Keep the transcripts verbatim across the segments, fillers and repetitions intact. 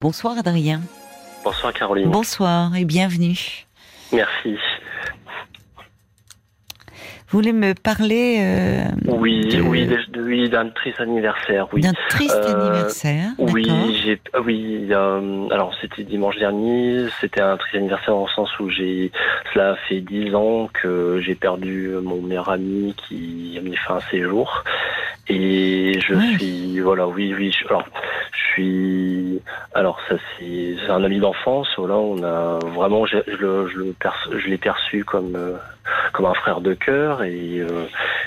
Bonsoir Adrien. Bonsoir Caroline. Bonsoir et bienvenue. Merci. Vous voulez me parler euh, Oui, de... oui, de, oui, d'un triste anniversaire, oui. D'un triste Euh, anniversaire, oui, d'accord. j'ai, oui, euh, alors c'était dimanche dernier, c'était un triste anniversaire dans le sens où j'ai, cela fait dix ans que j'ai perdu mon meilleur ami qui a mis fin à ses jours. Et je Oui. suis, voilà, oui, oui, je, alors, je suis, alors ça c'est, c'est un ami d'enfance, voilà, on a vraiment, je, je, le- je, le perce- je l'ai perçu comme, euh, comme un frère de cœur et, euh,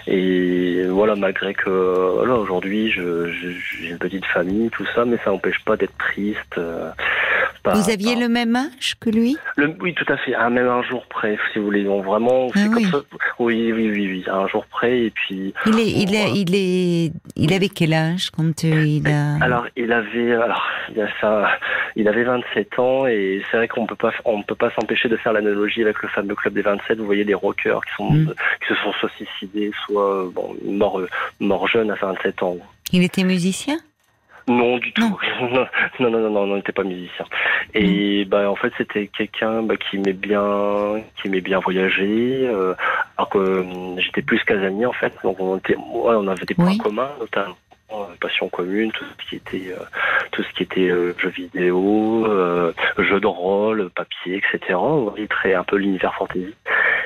et voilà, malgré que, voilà, aujourd'hui, je, je- j'ai une petite famille, tout ça, mais ça n'empêche pas d'être triste. euh, Vous pas, aviez pas- le même âge que lui? le, oui, tout à fait, à même un jour près, si vous voulez, donc vraiment, Ah c'est comme oui. ça, oui, oui, oui, oui, à un jour près, et puis, Il est, il est, on- il est, il avait quel âge quand euh, il a... Alors, il avait, alors, il y a ça, il avait vingt-sept ans et c'est vrai qu'on peut pas, on peut pas s'empêcher de faire l'analogie avec le fameux club des vingt-sept. Vous voyez des rockers qui sont, Mm. qui se sont soit suicidés, soit bon, morts, morts jeunes à vingt-sept ans. Il était musicien? Non, du tout. Non. Non, non, non, non, non, il n'était pas musicien. Et bah, en fait, c'était quelqu'un bah, qui aimait bien, qui aimait bien voyager. Euh, alors que euh, j'étais plus casanier en fait, donc on était, ouais, on avait des points Oui. communs, notamment euh, passion commune, tout ce qui était, euh, tout ce qui était euh, jeux vidéo, euh, jeux de rôle, papier, et cetera. On voyait très un peu l'univers fantasy.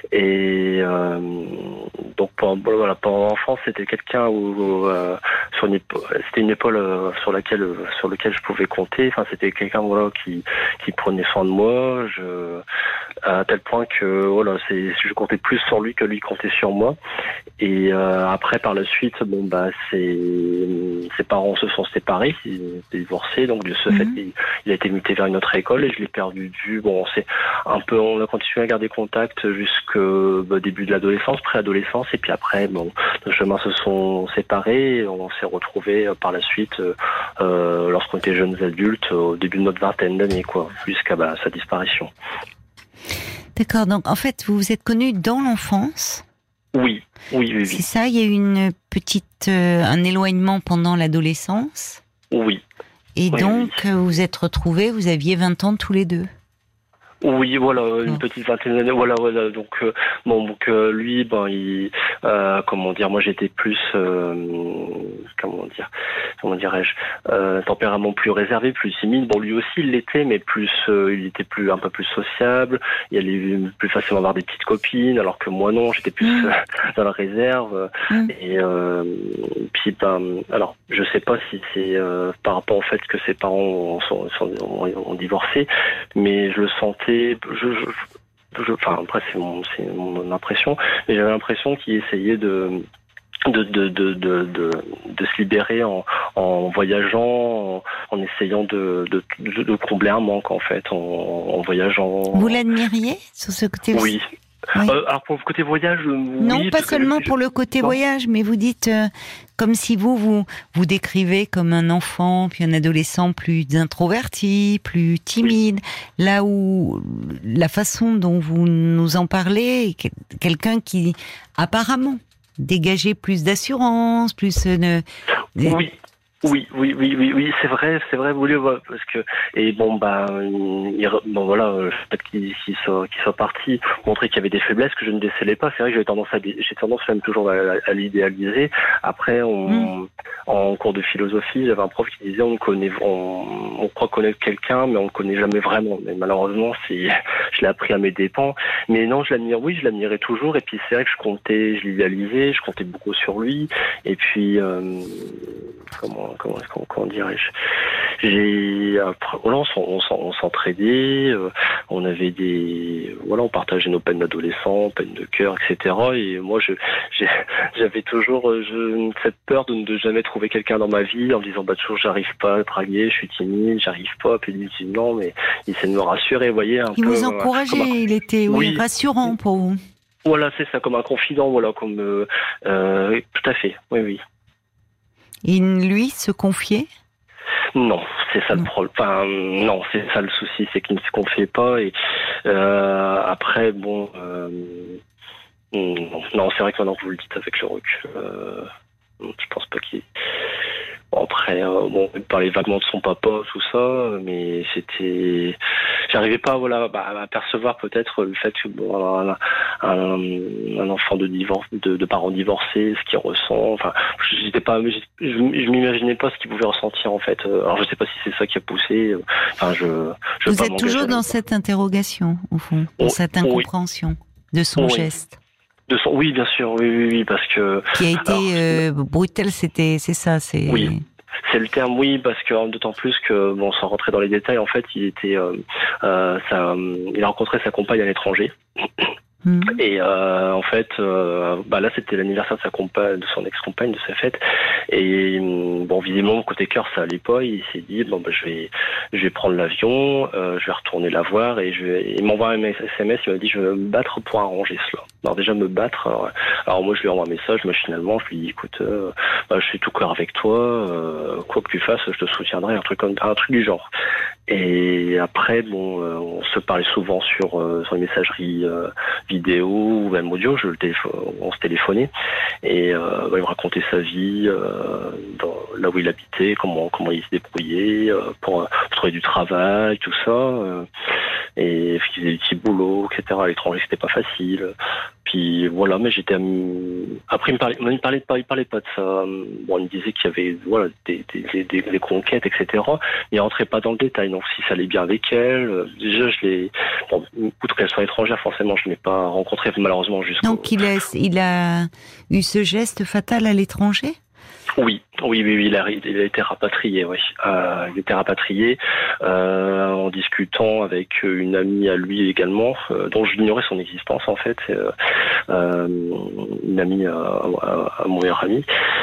Et euh, donc pendant, voilà, pendant l'enfance, c'était quelqu'un où, euh, sur une épaule, c'était une épaule euh, sur laquelle sur laquelle je pouvais compter. Enfin, c'était quelqu'un voilà qui qui prenait soin de moi. Je à tel point que voilà, c'est je comptais plus sur lui que lui comptait sur moi. Et euh, après, par la suite, bon bah, ses ses parents se sont séparés, ils étaient divorcés, donc de ce Mhm. fait, il, il a été muté vers une autre école et je l'ai perdu de vue. Bon, c'est un peu, on a continué à garder contact jusqu'au bah, début de l'adolescence, préadolescence, et puis après, bon, nos chemins se sont séparés. Et on s'est retrouvés euh, par la suite, euh, euh, lorsqu'on était jeunes adultes, au début de notre vingtaine d'années, quoi, jusqu'à bah, sa disparition. D'accord. Donc en fait, vous vous êtes connus dans l'enfance. Oui, oui, oui, C'est oui, ça. Il y a eu une petite, euh, un éloignement pendant l'adolescence. oui. Et Oui, donc, oui. euh, vous vous êtes retrouvés. Vous aviez vingt ans tous les deux. Oui, voilà, une D'accord. petite vingtaine d'années, voilà, voilà. Donc, euh, bon, donc euh, lui, ben, il, euh, comment dire, moi j'étais plus, euh, comment dire, comment dirais-je, euh, tempérament plus réservé, plus timide. Bon, lui aussi, il l'était, mais plus, euh, il était plus, un peu plus sociable. Il allait plus facilement avoir des petites copines, alors que moi non, j'étais plus Mmh. euh, dans la réserve. Mmh. Et euh, puis, ben, alors, je sais pas si c'est euh, par rapport au fait que ses parents ont, sont, sont- ont, ont divorcé, mais je le sentais. Je, je, je, enfin, après, c'est mon, c'est mon impression, mais j'avais l'impression qu'il essayait de, de, de, de, de, de, de se libérer en, en voyageant, en, en essayant de, de, de, de combler un manque, en fait, en, en voyageant. Vous l'admiriez sur ce côté aussi? Oui. Oui. Euh, alors, pour le côté voyage, euh, Non, oui. pas parce que seulement je- pour le côté non. voyage, mais vous dites euh, comme si vous, vous vous décrivez comme un enfant, puis un adolescent plus introverti, plus timide, là où la façon dont vous nous en parlez, est quel- quelqu'un qui apparemment dégageait plus d'assurance, plus euh, de... Oui. Oui, oui, oui, oui, oui, c'est vrai, c'est vrai, vous voulez, voilà, parce que et bon bah, il, bon voilà, euh, peut-être qu'il qu'il soit, qu'il soit parti, montrer qu'il y avait des faiblesses que je ne décelais pas. C'est vrai que j'avais tendance à, j'ai tendance même toujours à, à l'idéaliser. Après, on, Mm. en cours de philosophie, j'avais un prof qui disait on connaît, on, on croit connaître quelqu'un, mais on ne connaît jamais vraiment. Mais malheureusement, c'est, je l'ai appris à mes dépens. Mais non, je l'admire, oui, je l'admirais toujours. Et puis c'est vrai que je comptais, je l'idéalisais, je comptais beaucoup sur lui. Et puis euh, comment Comment, comment, comment dirais-je J'ai après, voilà, on, s'en- on, s'en- on s'entraidait, euh, on avait des voilà, on partageait nos peines d'adolescents, peines de cœur, et cetera. Et moi, je j'ai, j'avais toujours euh, je, cette peur de ne jamais trouver quelqu'un dans ma vie, en me disant bah toujours j'arrive pas à draguer, je suis timide, j'arrive pas. Puis lui il dit non, mais il essaie de me rassurer, vous voyez un Il peu vous euh, comme un, encourageait, il était oui, oui, rassurant pour vous. voilà, c'est ça, comme un confident, voilà, comme euh, euh, tout à fait, oui, oui. Et lui se confiait? Non, c'est ça le Non. problème. Enfin, non, c'est ça le souci, c'est qu'il ne se confiait pas. Et euh, après, bon, euh, non, non, c'est vrai que maintenant que vous le dites avec le recul, euh, je pense pas qu'il. Bon, après, euh, bon, il parlait vaguement de son papa, tout ça, mais c'était, j'arrivais pas, voilà, bah, à percevoir peut-être le fait que bon, un, un, un enfant de divorce, de, de parents divorcés, ce qu'il ressent. Enfin, j'étais pas, je, je m'imaginais pas ce qu'il pouvait ressentir en fait. Alors, je sais pas si c'est ça qui a poussé. Enfin, je. je Vous êtes toujours dans cette interrogation, au fond, dans oh, cette incompréhension oui. de son oui. geste. De son, oui, bien sûr, oui, oui, oui, parce que qui a été alors, euh, brutal, c'était, c'est ça, c'est. Oui, c'est le terme, oui, parce que d'autant plus que, bon, sans rentrer dans les détails, en fait, il était, euh, euh, ça, il a rencontré sa compagne à l'étranger. Mmh. Et euh, en fait, euh, bah là, c'était l'anniversaire de sa compagne, de son ex-compagne, de sa fête. Et bon, visiblement, côté cœur, ça allait pas. Il s'est dit bon, bah, je vais, je vais prendre l'avion, euh, je vais retourner la voir et je vais. Il m'envoie un S M S. Il m'a dit je vais me battre pour arranger cela. Alors déjà me battre. Alors, alors moi, je lui envoie un message. Machinalement, je lui dis écoute, euh, bah, je suis tout cœur avec toi. Euh, quoi que tu fasses, je te soutiendrai. Un truc comme un truc du genre. Et après, bon, euh, on se parlait souvent sur, euh, sur les messageries euh, vidéo ou même audio. Je le téléphone, on se téléphonait et euh, bah, il me racontait sa vie, euh, dans, là où il habitait, comment comment il se débrouillait euh, pour, pour trouver du travail, tout ça. Euh, et qu'il faisait des petits boulots, et cetera. À l'étranger, c'était pas facile. Puis voilà, mais j'étais après il me parlait, il parlait pas, il parlait pas de ça. Bon, il me disait qu'il y avait voilà des des, des, des conquêtes, et cetera. Mais il rentrait pas dans le détail. Donc si ça allait bien avec elle, déjà je l'ai. Bon, outre qu'elle soit étrangère, forcément, je l'ai pas rencontrée malheureusement jusqu'au. Donc il a il a eu ce geste fatal à l'étranger. Oui, oui, oui, oui, il a, il a été rapatrié, oui. Euh, il était rapatrié euh, en discutant avec une amie à lui également, euh, dont j'ignorais son existence en fait, euh, euh, une amie à, à, à mon meilleur ami.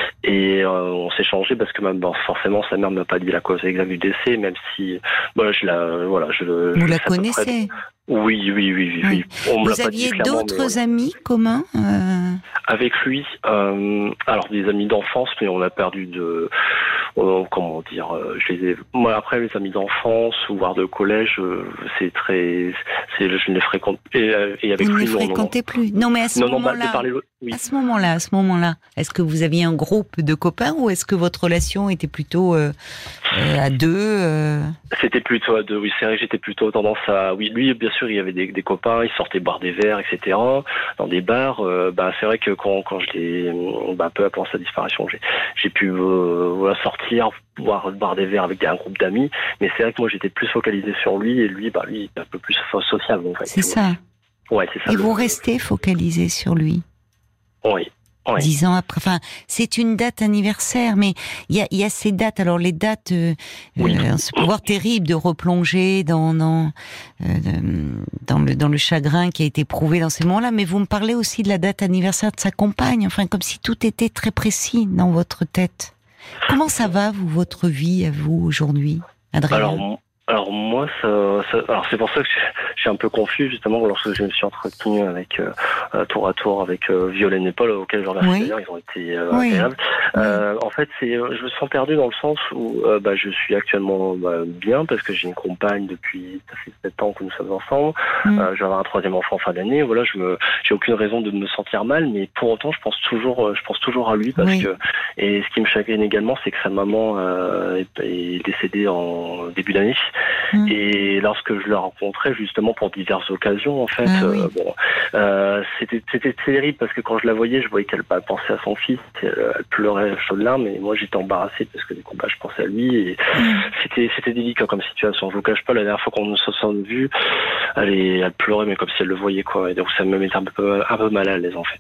Et euh, on s'est changé parce que même, bon, forcément sa mère ne m'a pas dit la cause exacte du décès, même si voilà, je la, voilà, je. Vous je la connaissez? Oui, oui, oui, oui. oui. On Vous aviez d'autres voilà. amis communs euh... avec lui? euh, Alors des amis d'enfance, mais on a perdu de. Euh, comment dire euh, Je les ai. Moi après les amis d'enfance ou voire de collège, euh, c'est très. C'est je ne les fréquente et, et avec Vous lui. ne les fréquentez non, plus. Non, mais à ce non, moment-là. Non, bah, oui. À ce moment-là, à ce moment-là, est-ce que vous aviez un groupe de copains ou est-ce que votre relation était plutôt euh, euh, à deux euh... C'était plutôt à deux. Oui, c'est vrai. J'étais plutôt tendance à. Oui, lui, bien sûr, il y avait des, des copains, ils sortaient boire des verres, et cetera. Dans des bars. Euh, bah, c'est vrai que quand quand je l'ai, bah, peu après sa disparition, j'ai j'ai pu euh, voilà, sortir, boire boire des verres avec un groupe d'amis. Mais c'est vrai que moi, j'étais plus focalisé sur lui et lui, bah lui, il était un peu plus sociable. En fait, c'est ça. Ouais, c'est ça. Et vous restez focalisé sur lui. Oui. Oui. Dix ans après, enfin, c'est une date anniversaire, mais il y a, y a ces dates. Alors les dates, euh, oui. euh, ce pouvoir terrible de replonger dans dans euh, dans le dans le chagrin qui a été prouvé dans ces moments-là. Mais vous me parlez aussi de la date anniversaire de sa compagne, enfin, comme si tout était très précis dans votre tête. Comment ça va, vous, votre vie à vous aujourd'hui, Adrien? Alors, alors moi, ça, ça, alors c'est pour ça que je suis un peu confus justement lorsque je me suis entretenu avec euh, tour à tour avec euh, Violaine et Paul, auxquels je remercie oui. d'ailleurs, ils ont été euh, oui. agréables. Oui. Euh, en fait, c'est, je me sens perdu dans le sens où euh, bah, je suis actuellement bah, bien parce que j'ai une compagne depuis ça fait sept ans que nous sommes ensemble. Mm. Euh, je vais avoir un troisième enfant en fin d'année. Voilà, je me, j'ai aucune raison de me sentir mal, mais pour autant, je pense toujours, je pense toujours à lui parce oui. que et ce qui me chagrine également, c'est que sa maman euh, est, est décédée en début d'année. Mmh. Et lorsque je l'ai rencontré, justement pour diverses occasions, en fait, ah, oui. euh, bon, euh, c'était c'était terrible parce que quand je la voyais, je voyais qu'elle pensait à son fils, elle, elle pleurait chaudes larmes, et moi j'étais embarrassé parce que du coup, bah, je pensais à lui, et mmh. c'était c'était délicat comme situation. Je vous cache pas, la dernière fois qu'on se sont vus, elle, est, elle pleurait, mais comme si elle le voyait, quoi. Et donc ça me mettait un peu un peu mal à l'aise, en fait.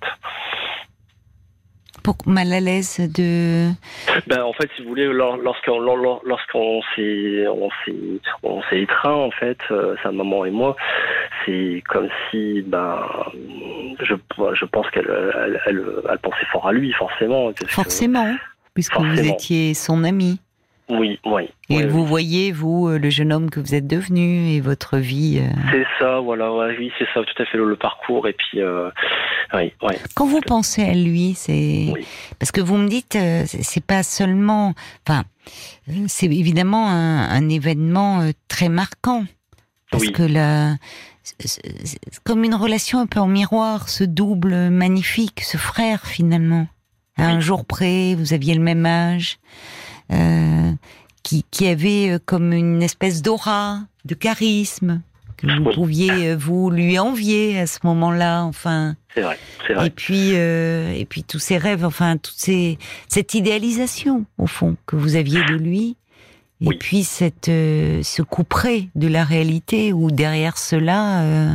Pour mal à l'aise de. Ben en fait, si vous voulez, lorsqu'on lorsqu'on s'est on s'est on s'est étreint en fait, euh, sa maman et moi, c'est comme si ben je je pense qu'elle elle, elle, elle pensait fort à lui forcément. Forcément, que, puisque forcément. Vous étiez son ami. Oui, oui. Et oui, vous oui. voyez, vous, le jeune homme que vous êtes devenu et votre vie. Euh... C'est ça, voilà, ouais, oui, c'est ça, tout à fait le, le parcours. Et puis, euh, oui, oui. Quand vous pensez à lui, c'est oui. parce que vous me dites, euh, c'est pas seulement, enfin, c'est évidemment un, un événement euh, très marquant parce oui. que là, c'est comme une relation un peu en miroir, ce double magnifique, ce frère finalement. À oui. un jour près, vous aviez le même âge. euh, qui, qui avait comme une espèce d'aura, de charisme, que vous pouviez vous lui envier à ce moment-là, enfin. C'est vrai, c'est vrai. Et puis, euh, et puis tous ces rêves, enfin, toute ces, cette idéalisation, au fond, que vous aviez de lui. Et oui. puis cette, euh, ce couperet de la réalité où derrière cela, euh,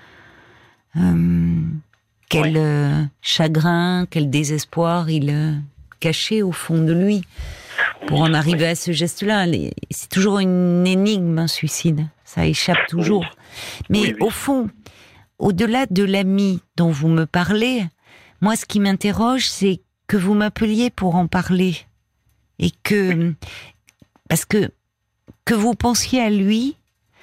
euh, quel oui. euh, chagrin, quel désespoir il euh, cachait au fond de lui pour oui, en arriver oui. à ce geste-là. C'est toujours une énigme, un suicide. Ça échappe toujours. Oui. Mais oui, au fond, au-delà de l'ami dont vous me parlez, moi, ce qui m'interroge, c'est que vous m'appeliez pour en parler et que parce que que vous pensiez à lui,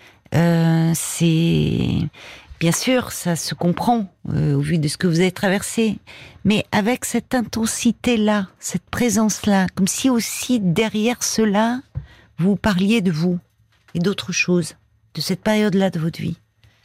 euh, c'est bien sûr, ça se comprend euh, au vu de ce que vous avez traversé, mais avec cette intensité-là, cette présence-là, comme si aussi derrière cela, vous parliez de vous et d'autres choses, de cette période-là de votre vie.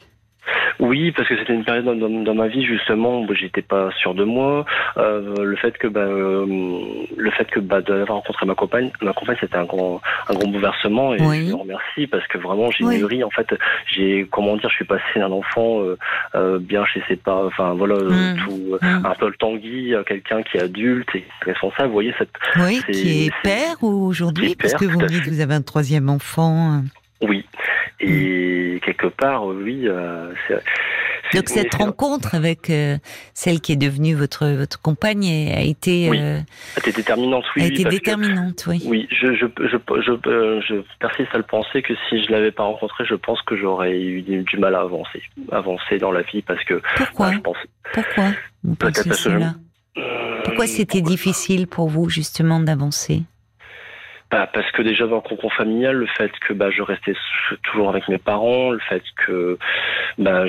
Oui, parce que c'était une période dans, dans, dans ma vie justement où j'étais pas sûr de moi. Euh, le fait que bah, euh, le fait que bah, d'avoir rencontré ma compagne, ma compagne c'était un grand un grand bouleversement et oui. je le remercie parce que vraiment j'ai oui. mûri. En fait, j'ai comment dire, je suis passé d'un enfant euh, euh, bien chez ses parents, enfin voilà, mmh. tout mmh. un peu le tanguy, quelqu'un qui est adulte et responsable. Vous voyez cette oui, qui est père aujourd'hui parce père, que vous me dites que vous avez un troisième enfant. Oui. Et mmh. quelque part, oui. Euh, c'est, c'est, Donc cette rencontre avec euh, celle qui est devenue votre votre compagne a été oui. euh, a été déterminante. Oui, a été parce déterminante, que, oui. Oui, je je je je, euh, je persiste à le penser que si je l'avais pas rencontré, je pense que j'aurais eu du, du mal à avancer, avancer dans la vie parce que. Pourquoi bah, je pense. Pourquoi vous Peut-être parce que cela je... Pourquoi c'était pourquoi... difficile pour vous justement d'avancer? Bah, parce que déjà dans le cocon familial, le fait que bah je restais toujours avec mes parents, le fait que bah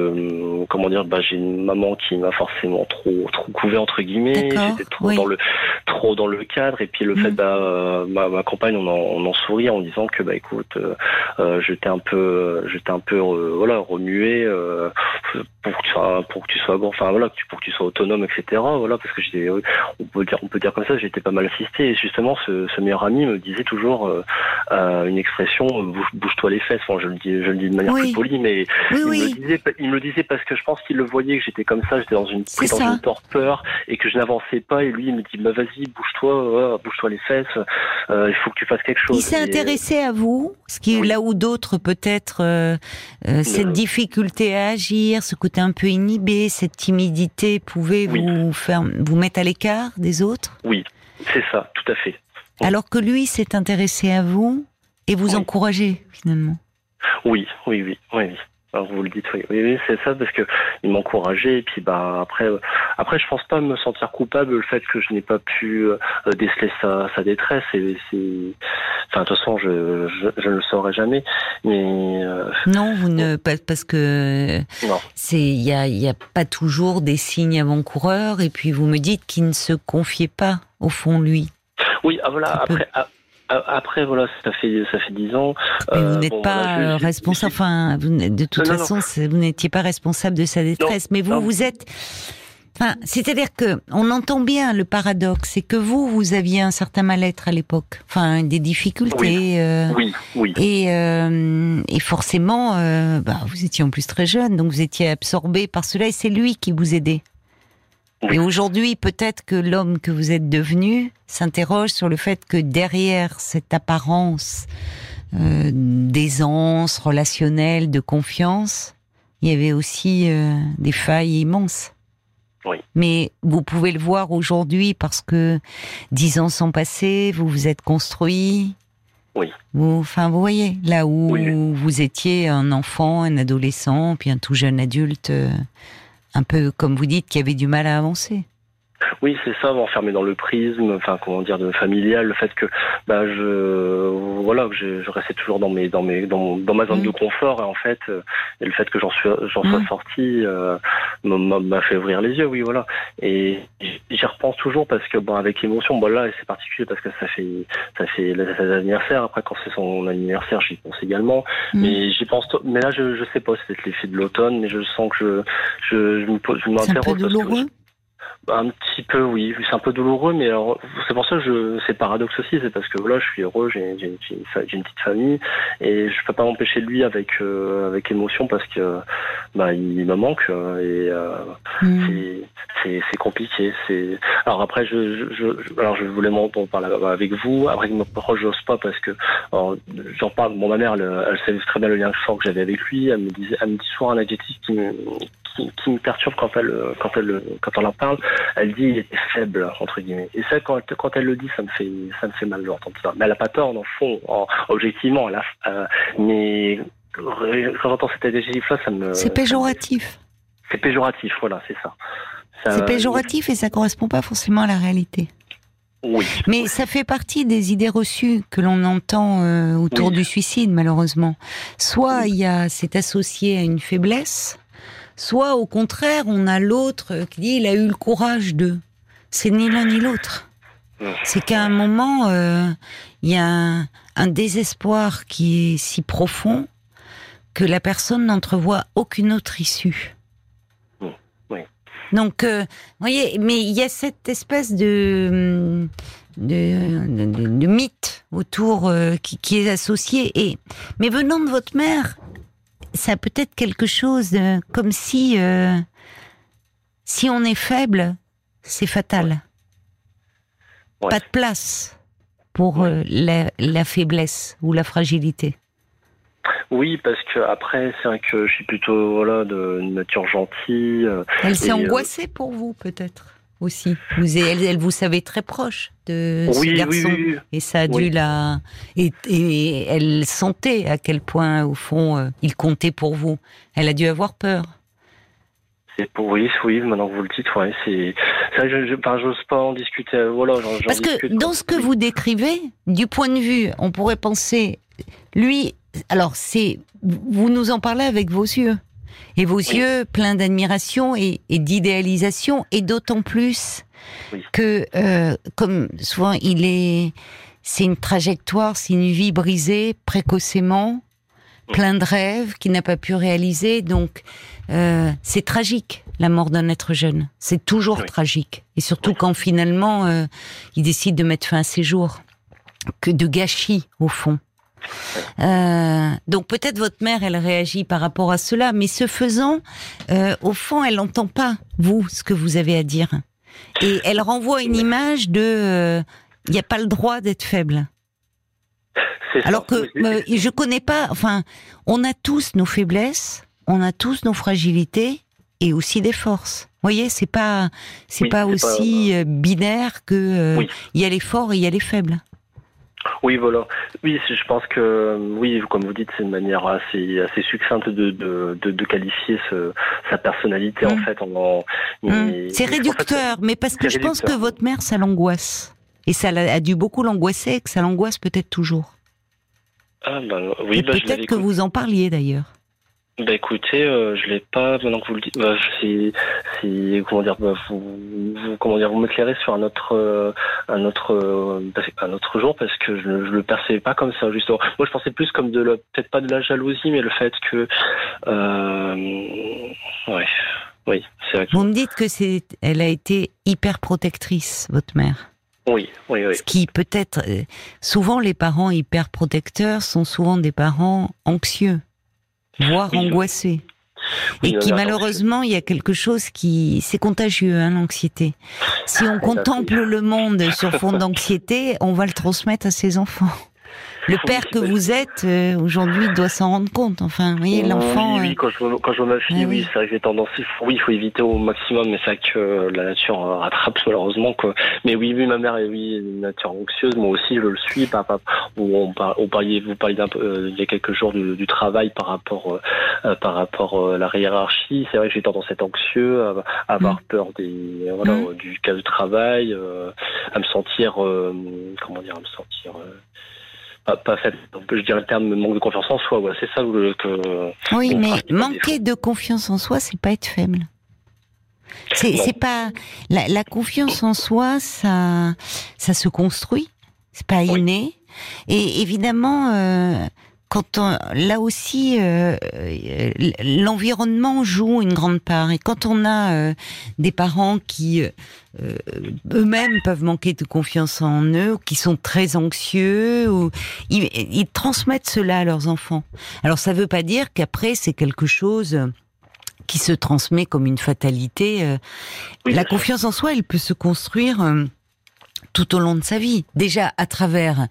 je comment dire bah j'ai une maman qui m'a forcément trop trop couvé entre guillemets, D'accord, j'étais trop oui. dans le trop dans le cadre et puis le mmh. fait bah ma, ma compagne on en, on en sourit en disant que bah écoute euh, j'étais un peu j'étais un peu euh, voilà remué euh, pour que tu sois pour que tu sois bon enfin voilà pour que tu sois autonome etc voilà parce que j'étais on peut dire on peut dire comme ça j'étais pas mal assisté et justement ce, ce meilleur ami me disait toujours euh, euh, une expression bouge, bouge-toi les fesses. Enfin, je le dis, je le dis de manière oui. plus polie, mais oui, il, oui. Me le disait, il me le disait parce que je pense qu'il le voyait que j'étais comme ça, j'étais dans une, pris dans une torpeur et que je n'avançais pas. Et lui, il me dit, bah, vas-y, bouge-toi, ouais, bouge-toi les fesses. Euh, il faut que tu fasses quelque chose. Il s'est et... intéressé à vous, ce qui oui. là où d'autres peut-être euh, euh, cette euh... difficulté à agir, ce côté un peu inhibé, cette timidité pouvait oui. vous faire vous mettre à l'écart des autres. Oui, c'est ça, tout à fait. Alors que lui s'est intéressé à vous et vous oui. encouragez finalement. Oui, oui, oui, oui. oui. Alors vous le dites, oui, oui, oui c'est ça parce que il m'encourageait et puis bah après, euh, après je pense pas me sentir coupable le fait que je n'ai pas pu euh, déceler sa, sa détresse. Et c'est, enfin de toute façon je, je, je ne le saurais jamais. Mais euh, non, vous ne pas parce que non. c'est il y a il y a pas toujours des signes avant-coureurs et puis vous me dites qu'il ne se confiait pas au fond lui. Oui, ah, voilà. Ça après, ah, après, voilà, ça fait ça fait dix ans. Mais vous euh, n'êtes bon, pas voilà, je, responsable. Je, je... Enfin, vous, de toute non, façon, non. vous n'étiez pas responsable de sa détresse. Non, mais vous, non. vous êtes. Enfin, c'est-à-dire que on entend bien le paradoxe, c'est que vous, vous aviez un certain mal-être à l'époque. Enfin, des difficultés. Oui, euh, oui, oui. Et euh, et forcément, euh, bah, vous étiez en plus très jeune, donc vous étiez absorbé par cela, et c'est lui qui vous aidait. Oui. Et aujourd'hui, peut-être que l'homme que vous êtes devenu s'interroge sur le fait que derrière cette apparence euh, d'aisance relationnelle, de confiance, il y avait aussi euh, des failles immenses. Oui. Mais vous pouvez le voir aujourd'hui parce que dix ans sont passés, vous vous êtes construit. Oui. Vous, enfin, vous voyez, là où oui. vous étiez un enfant, un adolescent, puis un tout jeune adulte... Euh, un peu, comme vous dites, qui avait du mal à avancer. Oui, c'est ça, enfermé dans le prisme, enfin, comment dire, de familial, le fait que, bah, je, voilà, que je, je restais toujours dans mes, dans mes, dans, dans ma zone mmh. de confort, et en fait, et le fait que j'en suis, j'en sois mmh. sorti, euh, m'a fait ouvrir les yeux, oui, voilà. Et j'y repense toujours parce que, bon, avec l'émotion, bon, là, c'est particulier parce que ça fait, ça fait l'anniversaire. Après, quand c'est son anniversaire, j'y pense également. Mmh. Mais j'y pense, mais là, je, je sais pas, c'est peut-être l'effet de l'automne, mais je sens que je, je, je, je m'interroge. C'est un peu douloureux? Un petit peu, oui. C'est un peu douloureux, mais alors, c'est pour ça que je, c'est paradoxe aussi, c'est parce que voilà, je suis heureux, j'ai, j'ai, j'ai, une, j'ai une petite famille, et je peux pas m'empêcher de lui avec euh, avec émotion parce que bah il me manque euh, et euh, mmh. c'est, c'est c'est compliqué. C'est alors après je je, je alors je voulais m'en parler avec vous. Après il me reproche, j'ose pas parce que alors, j'en parle. Bon, ma mère, elle, elle savait très bien le lien fort que j'avais avec lui. Elle me disait, elle me dit souvent un adjectif qui me Qui, qui me perturbe quand elle quand elle quand on en parle. Elle dit il était faible entre guillemets. Et ça quand elle, quand elle le dit, ça me fait ça me fait mal de l'entendre ça. Mais elle a pas tort dans le fond, en, objectivement. Elle a, euh, mais quand j'entends cet adjectif-là, ça me c'est péjoratif. Me, c'est péjoratif, voilà, c'est ça. ça c'est péjoratif et ça correspond pas forcément à la réalité. Oui. Mais ça fait partie des idées reçues que l'on entend euh, autour oui. du suicide, malheureusement. Soit il y a c'est associé à une faiblesse. Soit, au contraire, on a l'autre qui dit il a eu le courage de. C'est ni l'un ni l'autre. C'est qu'à un moment, euh, il y a un, un désespoir qui est si profond que la personne n'entrevoit aucune autre issue. Oui. Donc, euh, vous voyez, mais il y a cette espèce de, de, de, de, de mythe autour euh, qui, qui est associé. Et, mais venant de votre mère, ça peut être quelque chose de, comme si euh, si on est faible, c'est fatal. Ouais. Pas de place pour ouais. euh, la, la faiblesse ou la fragilité. Oui, parce que après, c'est vrai que je suis plutôt voilà de nature gentille. Euh, elle s'est angoissée euh... pour vous, peut-être aussi. Vous, elle, elle vous savait très proche de oui, ce garçon, oui, oui, oui. et ça a dû oui. la. Et, et elle sentait à quel point, au fond, euh, il comptait pour vous. Elle a dû avoir peur. C'est pour oui, oui. Maintenant que vous le dites, ouais, c'est ça. Je, je, enfin, j'ose pas en discuter. Voilà, j'en, j'en parce que discute, dans ce que oui. vous décrivez, du point de vue, on pourrait penser, lui. Alors, c'est vous nous en parlez avec vos yeux. Et vos oui. yeux pleins d'admiration et, et d'idéalisation, et d'autant plus oui. que, euh, comme souvent, il est, c'est une trajectoire, c'est une vie brisée précocement, oui. plein de rêves qu'il n'a pas pu réaliser. Donc, euh, c'est tragique, la mort d'un être jeune. C'est toujours oui. tragique. Et surtout oui. quand finalement, euh, il décide de mettre fin à ses jours. Que de gâchis, au fond. Euh, donc peut-être votre mère elle réagit par rapport à cela, mais ce faisant euh, au fond elle n'entend pas vous ce que vous avez à dire et elle renvoie une image de il euh, n'y a pas le droit d'être faible. C'est alors que euh, je connais pas, enfin on a tous nos faiblesses, on a tous nos fragilités et aussi des forces. Vous voyez, c'est pas c'est oui, pas c'est aussi pas... binaire que euh, oui. il y a les forts et il y a les faibles. Oui, voilà. Oui, je pense que, oui, comme vous dites, c'est une manière assez, assez succincte de, de, de, de qualifier ce, sa personnalité, mmh. en fait. En, en, mmh. et, c'est réducteur, en fait, mais parce que je réducteur. pense que votre mère, ça l'angoisse. Et ça a dû beaucoup l'angoisser, et que ça l'angoisse peut-être toujours. Ah, ben, oui, et bah, peut-être que vous en parliez, d'ailleurs. Bah écoutez, euh, je l'ai pas. Maintenant que vous le dites, bah, c'est, c'est comment dire, bah, vous, vous, comment dire, vous m'éclairez sur un autre, euh, un autre, euh, un autre jour parce que je, je le percevais pas comme ça justement. Moi, je pensais plus comme de la, peut-être pas de la jalousie, mais le fait que, euh, ouais, oui, c'est vrai. Que vous me dites que c'est, elle a été hyper protectrice, votre mère. Oui, oui, oui. Ce qui peut-être, souvent les parents hyper protecteurs sont souvent des parents anxieux. Voire oui, angoissé. Oui, et qui malheureusement, il y a quelque chose qui... C'est contagieux, hein, l'anxiété. Si on contemple le monde sur fond d'anxiété, on va le transmettre à ses enfants. Le père que vous êtes, euh, aujourd'hui, doit s'en rendre compte. Enfin, vous voyez, l'enfant... Oui, oui, quand je vois, quand je vois ma fille, ah, oui, c'est vrai que j'ai tendance... Oui, il faut éviter au maximum, mais c'est vrai que euh, la nature euh, rattrape, malheureusement, quoi. Mais oui, oui, ma mère est, oui, une nature anxieuse. Moi aussi, je le suis. Par, par, où on, par, on parlait, vous parliez d'un peu, euh, il y a quelques jours du, du travail par rapport, euh, par rapport euh, à la hiérarchie. C'est vrai que j'ai tendance à être anxieux, à, à avoir mmh. peur des, voilà, mmh. du cas de travail, euh, à me sentir... Euh, comment dire, à me sentir... Euh, Pas, pas fait, donc je dirais le terme manque de confiance en soi, ouais, c'est ça que. que oui, mais manquer de confiance en soi, c'est pas être faible. C'est, c'est pas la, la confiance en soi, ça, ça se construit, c'est pas inné. Oui. Et évidemment, euh, quand on, là aussi, euh, l'environnement joue une grande part. Et quand on a euh, des parents qui euh, eux-mêmes peuvent manquer de confiance en eux, ou qui sont très anxieux, ou ils, ils transmettent cela à leurs enfants. Alors ça ne veut pas dire qu'après c'est quelque chose qui se transmet comme une fatalité. Oui, la confiance en soi, elle peut se construire euh, tout au long de sa vie. Déjà à travers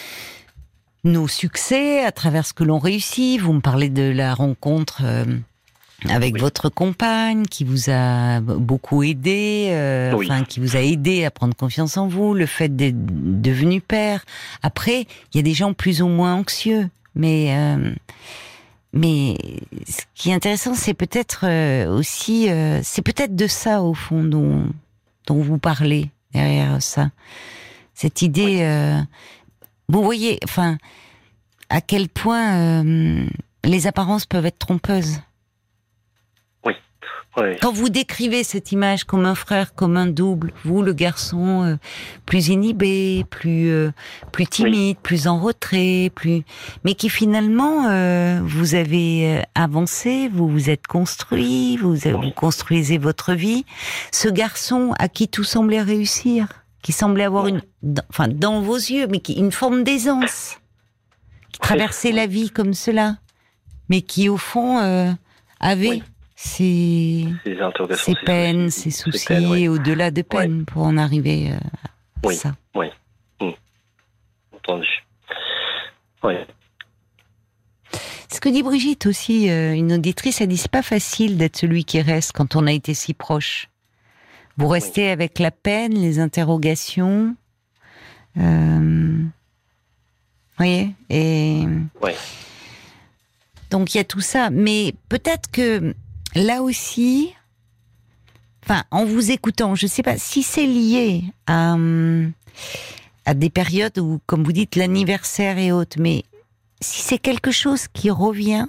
nos succès, à travers ce que l'on réussit. Vous me parlez de la rencontre euh, avec oui. votre compagne qui vous a beaucoup aidé, euh, oui. enfin qui vous a aidé à prendre confiance en vous, le fait d'être devenu père. Après, il y a des gens plus ou moins anxieux, mais euh, mais ce qui est intéressant, c'est peut-être euh, aussi, euh, c'est peut-être de ça au fond dont dont vous parlez derrière ça, cette idée. Oui. Euh, Vous voyez, enfin, à quel point euh, les apparences peuvent être trompeuses. Oui. oui. Quand vous décrivez cette image comme un frère, comme un double, vous, le garçon, euh, plus inhibé, plus euh, plus timide, oui. plus en retrait, plus, mais qui finalement, euh, vous avez avancé, vous vous êtes construit, vous oui. vous construisez votre vie. Ce garçon à qui tout semblait réussir, qui semblait avoir une, enfin dans vos yeux, mais qui une forme d'aisance, qui traversait la vie comme cela, mais qui au fond euh, avait oui. ses, ses peines, ses soucis, ses peines, oui. au-delà de peines, oui. pour en arriver euh, à oui. ça. Oui, oui, entendu. Oui. Ce que dit Brigitte aussi, euh, une auditrice, elle dit c'est pas facile d'être celui qui reste quand on a été si proche. Vous restez oui. avec la peine, les interrogations. Euh... Vous voyez, et oui. donc il y a tout ça. Mais peut-être que là aussi, enfin, en vous écoutant, je ne sais pas si c'est lié à, à des périodes où, comme vous dites, l'anniversaire est haute, mais si c'est quelque chose qui revient,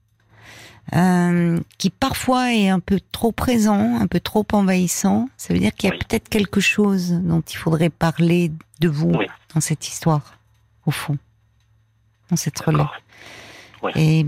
Euh, qui parfois est un peu trop présent, un peu trop envahissant, ça veut dire qu'il y a oui. peut-être quelque chose dont il faudrait parler de vous oui. dans cette histoire, au fond, dans cette relais. Oui. Et,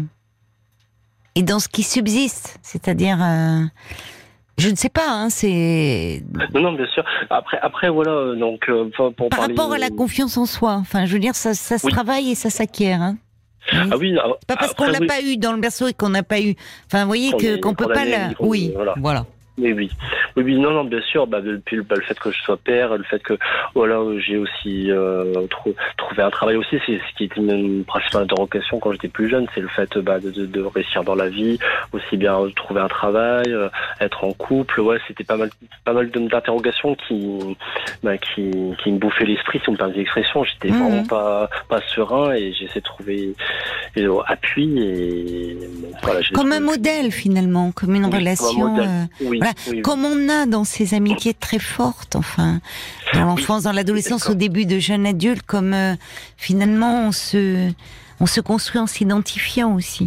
et dans ce qui subsiste, c'est-à-dire, euh, je ne sais pas, hein, c'est... Non, non, bien sûr. Après, après voilà, donc... Euh, pour Par parler, rapport à la confiance en soi, enfin, je veux dire, ça, ça se oui. travaille et ça s'acquiert, hein. Ah oui, alors, pas parce après, qu'on l'a oui. pas eu dans le berceau et qu'on n'a pas eu. Enfin, vous voyez que, qu'on peut pas la. Oui, voilà. voilà. Oui, oui, oui, oui, non, non, bien sûr. Bah, depuis bah, le fait que je sois père, le fait que voilà, j'ai aussi euh, trou- trouvé un travail aussi. C'est ce qui était une principale interrogation quand j'étais plus jeune, c'est le fait bah, de, de, de réussir dans la vie, aussi bien euh, trouver un travail, euh, être en couple. Ouais, c'était pas mal, pas mal d'interrogations qui, bah, qui, qui me bouffaient l'esprit, si on me permet l'expression. J'étais mmh. vraiment pas, pas serein et j'essaie de trouver euh, appui et voilà. Comme un modèle finalement, comme une oui, relation. Euh, oui. Voilà. Oui, oui. Comme on a dans ces amitiés très fortes, enfin, dans l'enfance, oui, dans l'adolescence, au début de jeune adulte, comme euh, finalement on se, on se construit en s'identifiant aussi.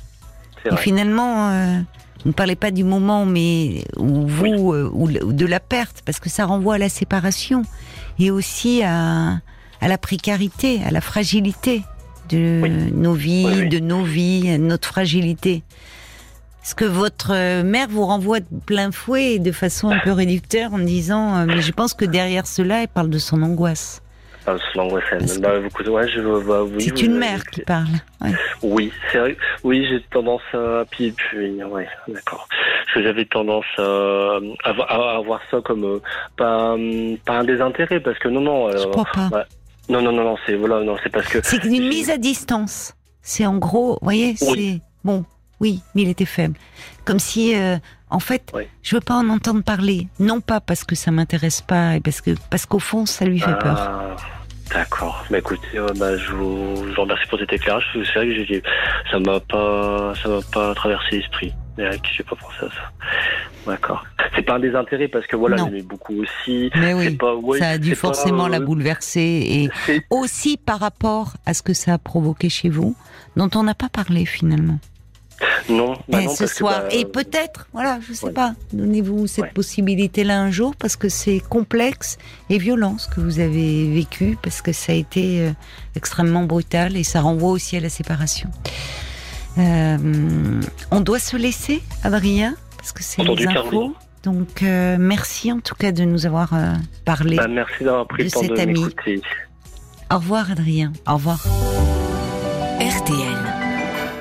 Et finalement, euh, vous ne parlez pas du moment, mais où vous, oui. euh, ou de la perte, parce que ça renvoie à la séparation et aussi à, à la précarité, à la fragilité de oui. nos vies, oui, oui. de nos vies, notre fragilité. Est-ce que votre mère vous renvoie de plein fouet et de façon un peu réducteur en disant euh, mais je pense que derrière cela elle parle de son angoisse. Elle parle de son angoisse. Elle. Bah, beaucoup, ouais, je, bah, oui, c'est une mère qui parle. Ouais. Oui, c'est vrai. Oui, j'ai tendance à puis puis ouais, d'accord. Parce que j'avais tendance à, à, à voir ça comme euh, pas pas un désintérêt parce que non non. Je euh, crois pas. Ouais. Non non non non c'est voilà non c'est parce que. C'est une mise à distance. C'est en gros, vous voyez, c'est oui. bon. Oui, mais il était faible. Comme si, euh, en fait, oui. je veux pas en entendre parler. Non pas parce que ça m'intéresse pas, et parce que parce qu'au fond, ça lui fait ah, peur. D'accord. Bah écoutez, euh, bah, je, vous, je vous remercie pour cet éclairage. C'est vrai que j'ai, ça m'a pas, ça m'a pas traversé l'esprit. J'ai pas pensé à ça. D'accord. C'est pas un désintérêt parce que voilà, j'aimais beaucoup aussi. Mais oui, pas, ouais, ça a dû forcément pas, euh, la bouleverser et c'est... aussi par rapport à ce que ça a provoqué chez vous, dont on n'a pas parlé finalement. Non, bah et non, ce parce soir. que, bah, Et peut-être, voilà, je sais ouais. pas, donnez-vous cette Ouais. possibilité-là un jour, parce que c'est complexe et violent ce que vous avez vécu, parce que ça a été euh, extrêmement brutal et ça renvoie aussi à la séparation. Euh, on doit se laisser, Adrien, parce que c'est Entendu, les infos. Caroline. Donc, euh, merci en tout cas de nous avoir euh, parlé. Bah, merci d'avoir pris de le temps cet de ami. m'écouter. Au revoir, Adrien. Au revoir. R T L